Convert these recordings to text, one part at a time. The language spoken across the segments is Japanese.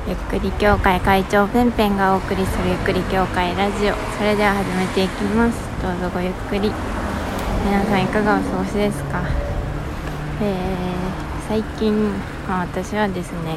ゆっくり協会会長ペンペンがお送りするゆっくり協会ラジオ。それでは始めていきます。どうぞごゆっくり。皆さんいかがお過ごしですか？最近、私はですね、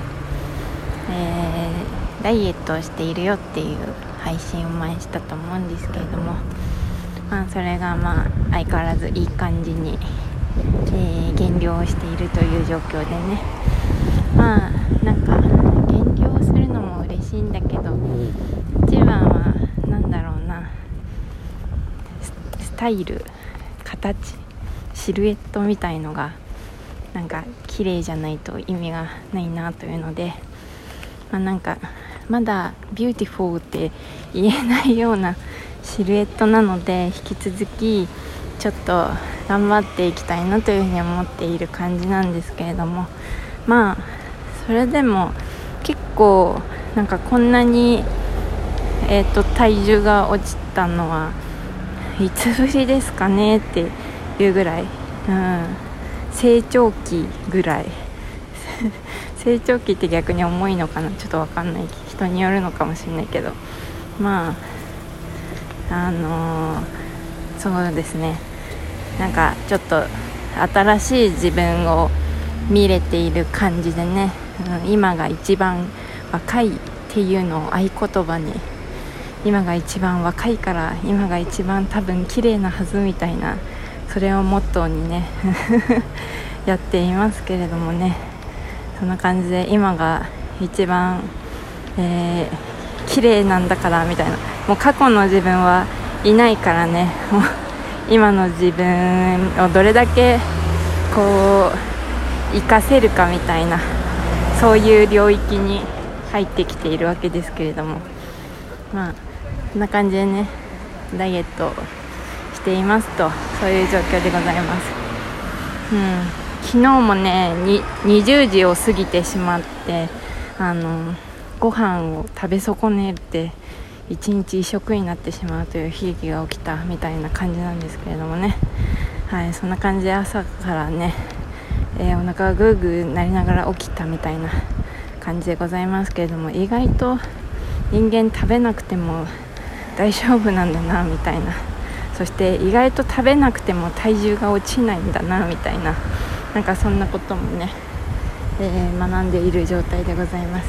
ダイエットをしているよっていう配信を前したと思うんですけれども、それが相変わらずいい感じに、減量をしているという状況でね、なんか減量するのも嬉しいんだけど、一番はなんだろうな、スタイル、形、シルエットみたいのがなんか綺麗じゃないと意味がないなというので、なんかまだビューティフォーって言えないようなシルエットなので、引き続きちょっと頑張っていきたいなというふうに思っている感じなんですけれども、それでも結構なんかこんなに、体重が落ちたのはいつぶりですかねっていうぐらい、成長期ぐらい成長期って逆に重いのかな、ちょっと分かんない、人によるのかもしれないけど、そうですね、なんかちょっと新しい自分を見れている感じでね、今が一番若いっていうのを合言葉に、今が一番若いから今が一番多分綺麗なはずみたいな、それをモットーにねやっていますけれどもね、そんな感じで今が一番、綺麗なんだからみたいな、もう過去の自分はいないからね、もう今の自分をどれだけこう活かせるかみたいな、そういう領域に入ってきているわけですけれども、こんな感じでねダイエットしていますと、そういう状況でございます。昨日もね20時を過ぎてしまって、ご飯を食べ損ねて一日一食になってしまうという悲劇が起きたみたいな感じなんですけれどもね、そんな感じで朝からね、お腹がグーグーなりながら起きたみたいな感じでございますけれども、意外と人間食べなくても大丈夫なんだなみたいな、そして意外と食べなくても体重が落ちないんだなみたいな、なんかそんなこともね、学んでいる状態でございます。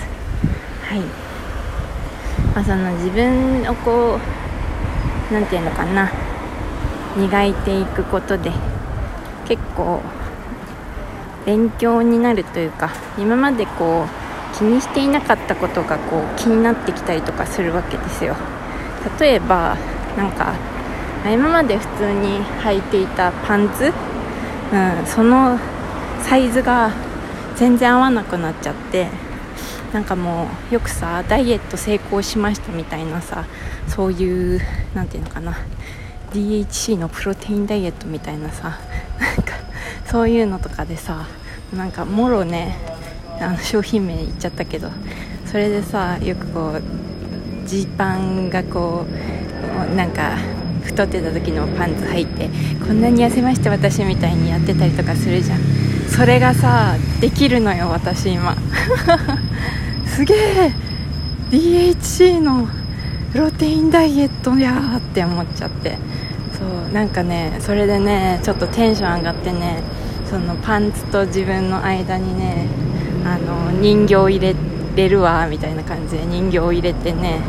その自分をこうなんていうのかな、磨いていくことで結構勉強になるというか、今までこう気にしていなかったことがこう気になってきたりとかするわけですよ。例えばなんか今まで普通に履いていたパンツ、そのサイズが全然合わなくなっちゃって、なんかもうよくさ、ダイエット成功しましたみたいなさ、そういうなんていうのかな、 DHC のプロテインダイエットみたいなさ、なんかそういうのとかでさ、なんかもろね、商品名言っちゃったけど、それでさ、よくこうジーパンがこうなんか太ってた時のパンツ履いて、こんなに痩せました私みたいにやってたりとかするじゃん。それがさできるのよ私今すげえ DHC のプロテインダイエットやーって思っちゃって、そうなんかね、それでねちょっとテンション上がってね、そのパンツと自分の間にね人形入れれるわみたいな感じで人形を入れてね、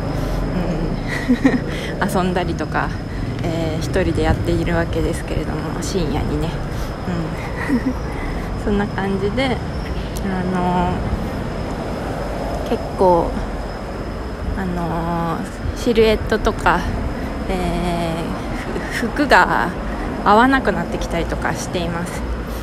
遊んだりとか、一人でやっているわけですけれども、深夜にね、そんな感じで結構シルエットとか、服が合わなくなってきたりとかしています。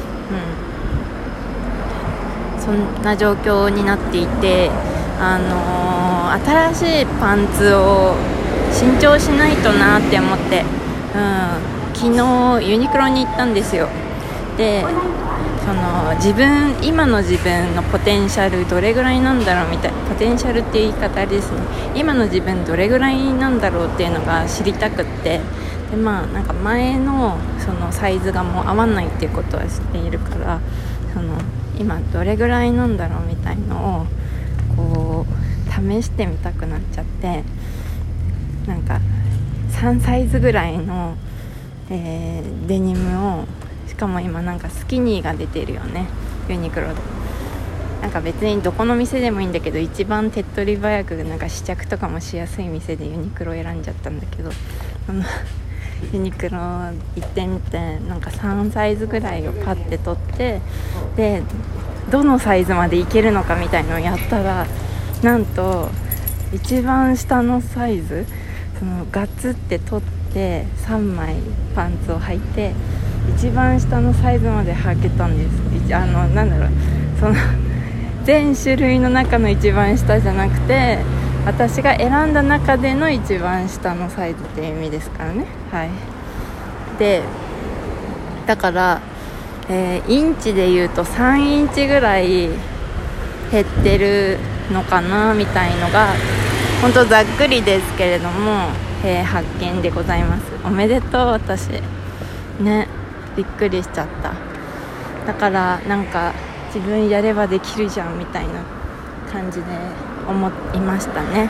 そんな状況になっていて、新しいパンツを新調しないとなって思って、昨日ユニクロに行ったんですよ。でその今の自分のポテンシャルどれぐらいなんだろうみたいな、ポテンシャルっていう言い方ですね、今の自分どれぐらいなんだろうっていうのが知りたくって、でなんか前のそのサイズがもう合わないっていうことは知っているから、その今どれぐらいなんだろうみたいのをこ試してみたくなっちゃって、なんか3サイズぐらいの、デニムを、しかも今なんかスキニーが出てるよね、ユニクロで。なんか別にどこの店でもいいんだけど、一番手っ取り早くなんか試着とかもしやすい店でユニクロ選んじゃったんだけど、ユニクロ行ってみて、なんか3サイズぐらいをパッて取って、でどのサイズまでいけるのかみたいのをやったら、なんと一番下のサイズ、そのガツって取って3枚パンツを履いて一番下のサイズまで履けたんです。なんだろう、その全種類の中の一番下じゃなくて、私が選んだ中での一番下のサイズっていう意味ですからね。はい。でだから、インチでいうと3インチぐらい減ってるのかなみたいのが、本当ざっくりですけれども、発見でございます。おめでとう。私ね、びっくりしちゃった。だからなんか自分やればできるじゃんみたいな感じで思いましたね。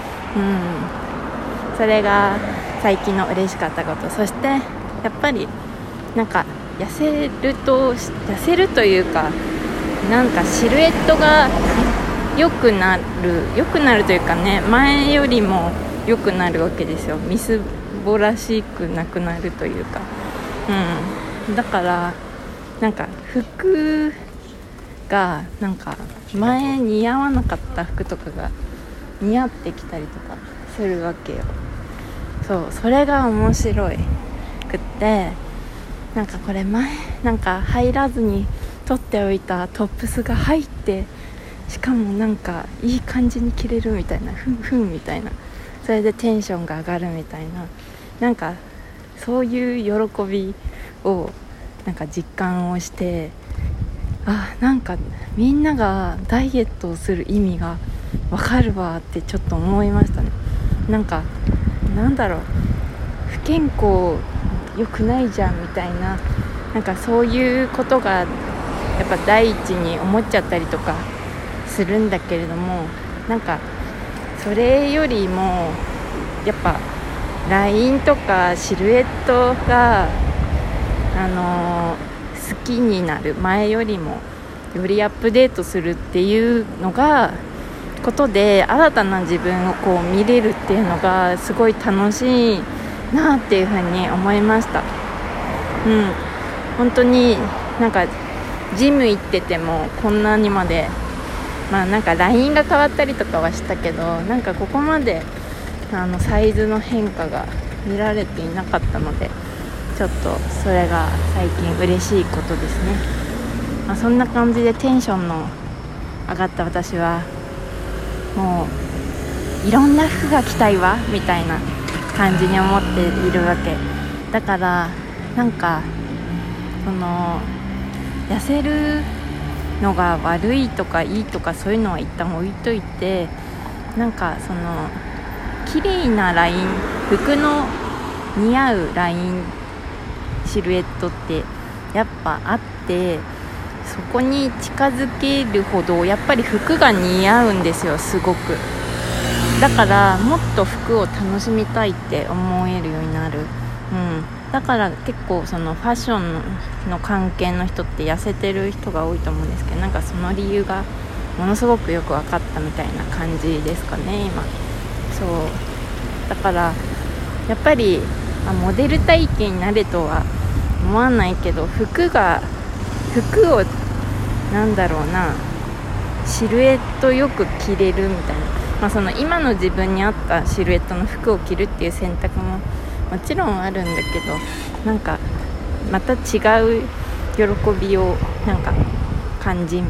それが最近の嬉しかったこと。そしてやっぱりなんか痩せるというか、なんかシルエットが良くなるというかね、前よりも良くなるわけですよ。みすぼらしくなくなるというか、だからなんか服がなんか前似合わなかった服とかが似合ってきたりとかするわけよ。それが面白いくって、なんかこれ前なんか入らずに取っておいたトップスが入って、しかもなんかいい感じに着れるみたいな、ふんみたいな、それでテンションが上がるみたいな、なんかそういう喜びをなんか実感をして、なんかみんながダイエットをする意味がわかるわってちょっと思いましたね。なんかなんだろう、不健康良くないじゃんみたいな、なんかそういうことがやっぱ第一に思っちゃったりとかするんだけれども、なんかそれよりもやっぱラインとかシルエットが好きになる、前よりもよりアップデートするっていうのがことで、新たな自分をこう見れるっていうのがすごい楽しいなっていうふうに思いました。本当になんかジム行っててもこんなにまで、なんかラインが変わったりとかはしたけど、なんかここまでサイズの変化が見られていなかったので、ちょっとそれが最近嬉しいことですね。そんな感じでテンションの上がった私は、もういろんな服が着たいわみたいな感じに思っているわけだから、なんかその痩せるのが悪いとかいいとかそういうのは一旦置いといて、なんかその綺麗なライン、服の似合うライン、シルエットってやっぱあって、そこに近づけるほどやっぱり服が似合うんですよ、すごく。だからもっと服を楽しみたいって思えるようになる。だから結構そのファッションの関係の人って痩せてる人が多いと思うんですけど、なんかその理由がものすごくよく分かったみたいな感じですかね、今。だからやっぱりモデル体型になれとは思わないけど、服をなんだろうな、シルエットよく着れるみたいな、その今の自分に合ったシルエットの服を着るっていう選択ももちろんあるんだけど、なんかまた違う喜びをなんか感じ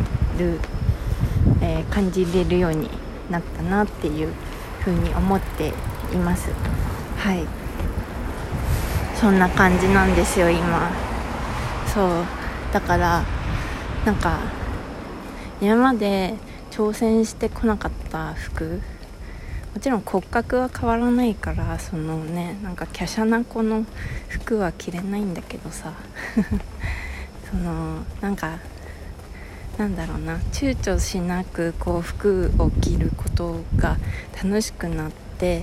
れるようになったなっていうふうに思っています。はい、そんな感じなんですよ今。だからなんか今まで挑戦してこなかった服、もちろん骨格は変わらないから、そのね、なんか華奢な子の服は着れないんだけどさなんかなんだろうな、躊躇しなくこう服を着ることが楽しくなって、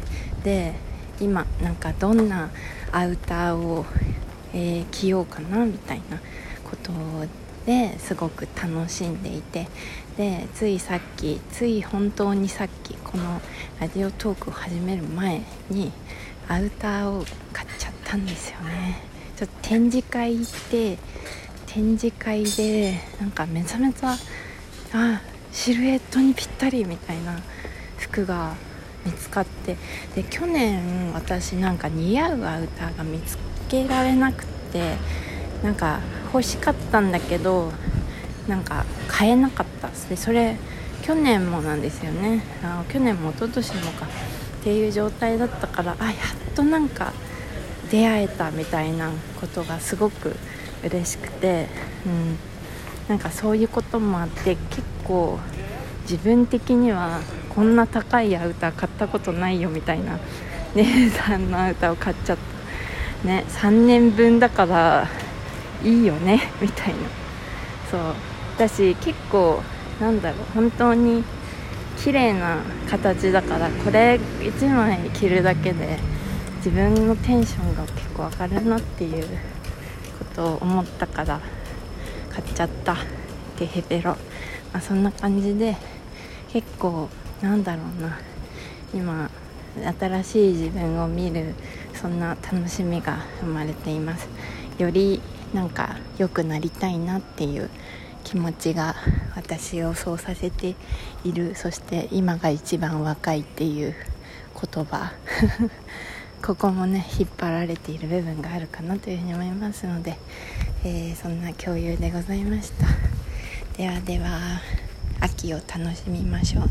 で今なんかどんなアウターを、着ようかなみたいなことですごく楽しんでいて、でつい本当にさっきこのラジオトークを始める前にアウターを買っちゃったんですよね。ちょっと展示会行って、展示会でなんかめちゃめちゃシルエットにぴったりみたいな服が見つかって、で去年私なんか似合うアウターが見つけられなくて、なんか欲しかったんだけどなんか買えなかったで、それ去年もなんですよね。去年も一昨年もかっていう状態だったから、やっとなんか出会えたみたいなことがすごく嬉しくて、なんかそういうこともあって結構自分的にはこんな高いアウター買ったことないよみたいな値段のアウターを買っちゃったね。3年分だからいいよねみたいな。そう私結構本当に綺麗な形だから、これ1枚着るだけで自分のテンションが結構上がるなっていうことを思ったから買っちゃったってヘベロ、そんな感じで結構今新しい自分を見る、そんな楽しみが生まれています。より良くなりたいなっていう気持ちが私をそうさせている。そして今が一番若いっていう言葉ここもね引っ張られている部分があるかなというふうに思いますので、そんな共有でございました。では秋を楽しみましょう。